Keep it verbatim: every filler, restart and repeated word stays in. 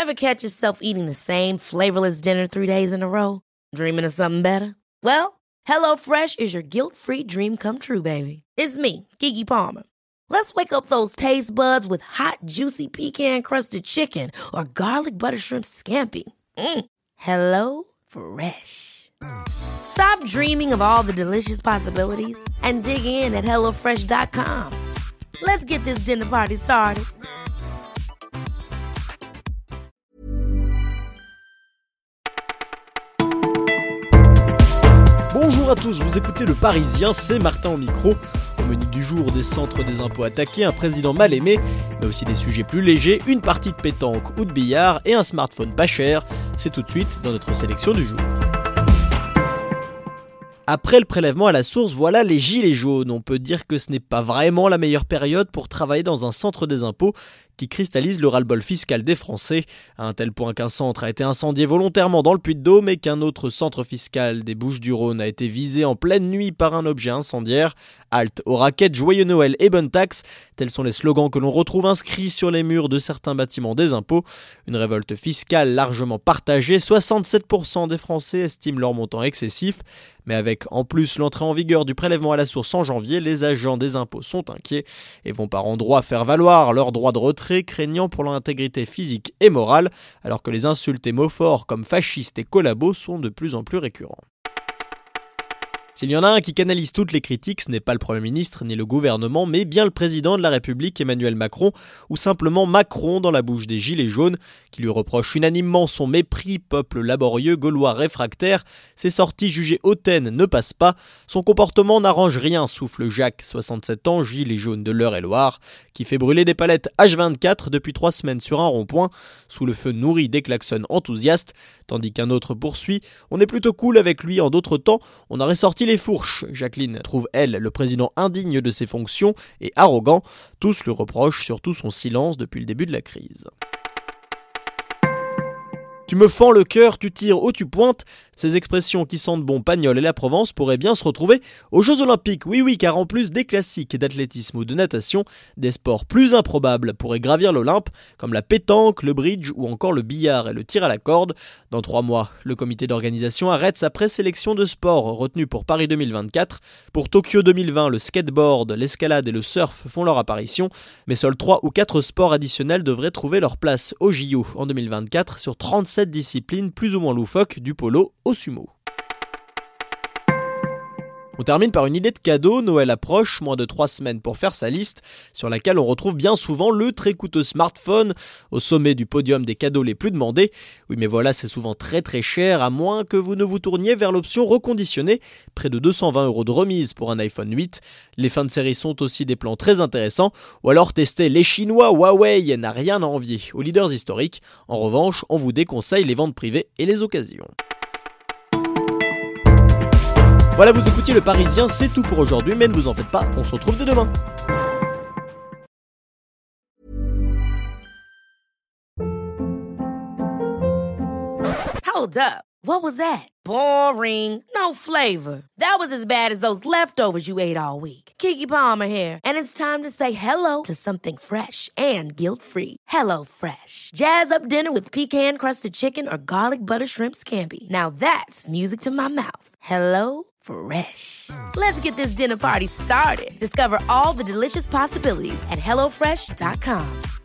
Ever catch yourself eating the same flavorless dinner three days in a row? Dreaming of something better? Well, HelloFresh is your guilt-free dream come true, baby. It's me, Keke Palmer. Let's wake up those taste buds with hot, juicy pecan-crusted chicken or garlic butter shrimp scampi. Mm. Hello Fresh. Stop dreaming of all the delicious possibilities and dig in at hello fresh dot com. Let's get this dinner party started. Bonjour à tous, vous écoutez Le Parisien, c'est Martin au micro. Au menu du jour, des centres des impôts attaqués, un président mal aimé, mais aussi des sujets plus légers, une partie de pétanque ou de billard et un smartphone pas cher. C'est tout de suite dans notre sélection du jour. Après le prélèvement à la source, voilà les gilets jaunes. On peut dire que ce n'est pas vraiment la meilleure période pour travailler dans un centre des impôts qui cristallise le ras-le-bol fiscal des Français, à un tel point qu'un centre a été incendié volontairement dans le Puy-de-Dôme et qu'un autre centre fiscal des Bouches-du-Rhône a été visé en pleine nuit par un objet incendiaire. Halte aux raquettes, joyeux Noël et bonne taxe, tels sont les slogans que l'on retrouve inscrits sur les murs de certains bâtiments des impôts. Une révolte fiscale largement partagée, soixante-sept pour cent des Français estiment leur montant excessif, mais avec en plus l'entrée en vigueur du prélèvement à la source en janvier, les agents des impôts sont inquiets et vont par endroits faire valoir leur droit de retrait, craignant pour leur intégrité physique et morale, alors que les insultes et mots forts comme fascistes et collabos sont de plus en plus récurrents. S'il y en a un qui canalise toutes les critiques, ce n'est pas le Premier ministre ni le gouvernement, mais bien le président de la République Emmanuel Macron, ou simplement Macron dans la bouche des gilets jaunes, qui lui reprochent unanimement son mépris, peuple laborieux, gaulois réfractaire. Ses sorties jugées hautaines ne passent pas, son comportement n'arrange rien, souffle Jacques, soixante-sept ans, gilet jaune de l'Eure-et-Loire, qui fait brûler des palettes H vingt-quatre depuis trois semaines sur un rond-point, sous le feu nourri des klaxons enthousiastes, tandis qu'un autre poursuit « On est plutôt cool avec lui, en d'autres temps, on aurait sorti les fourches ». Jacqueline trouve, elle, le président indigne de ses fonctions et arrogant. Tous le reprochent, surtout son silence depuis le début de la crise. Tu me fends le cœur, tu tires ou tu pointes. Ces expressions qui sentent bon Pagnol et la Provence pourraient bien se retrouver aux Jeux Olympiques. Oui, oui, car en plus des classiques d'athlétisme ou de natation, des sports plus improbables pourraient gravir l'Olympe, comme la pétanque, le bridge ou encore le billard et le tir à la corde. Dans trois mois, le comité d'organisation arrête sa présélection de sports retenue pour Paris deux mille vingt-quatre. Pour Tokyo deux mille vingt, le skateboard, l'escalade et le surf font leur apparition, mais seuls trois ou quatre sports additionnels devraient trouver leur place au J O en deux mille vingt-quatre sur trente-sept disciplines plus ou moins loufoques, du polo au sumo. On termine par une idée de cadeau. Noël approche, moins de trois semaines pour faire sa liste, sur laquelle on retrouve bien souvent le très coûteux smartphone, au sommet du podium des cadeaux les plus demandés. Oui, mais voilà, c'est souvent très très cher, à moins que vous ne vous tourniez vers l'option reconditionnée, près de deux cent vingt euros de remise pour un iPhone huit. Les fins de série sont aussi des plans très intéressants, ou alors tester les Chinois. Huawei n'a rien à envier aux leaders historiques. En revanche, on vous déconseille les ventes privées et les occasions. Voilà, vous écoutiez Le Parisien, c'est tout pour aujourd'hui, mais ne vous en faites pas, on se retrouve dès demain. Hold up. What was that? Boring. No flavor. That was as bad as those leftovers you ate all week. Keke Palmer here, and it's time to say hello to something fresh and guilt-free. Hello Fresh. Jazz up dinner with pecan-crusted chicken or garlic butter shrimp scampi. Now that's music to my mouth. Hello Fresh. Let's get this dinner party started. Discover all the delicious possibilities at hello fresh dot com.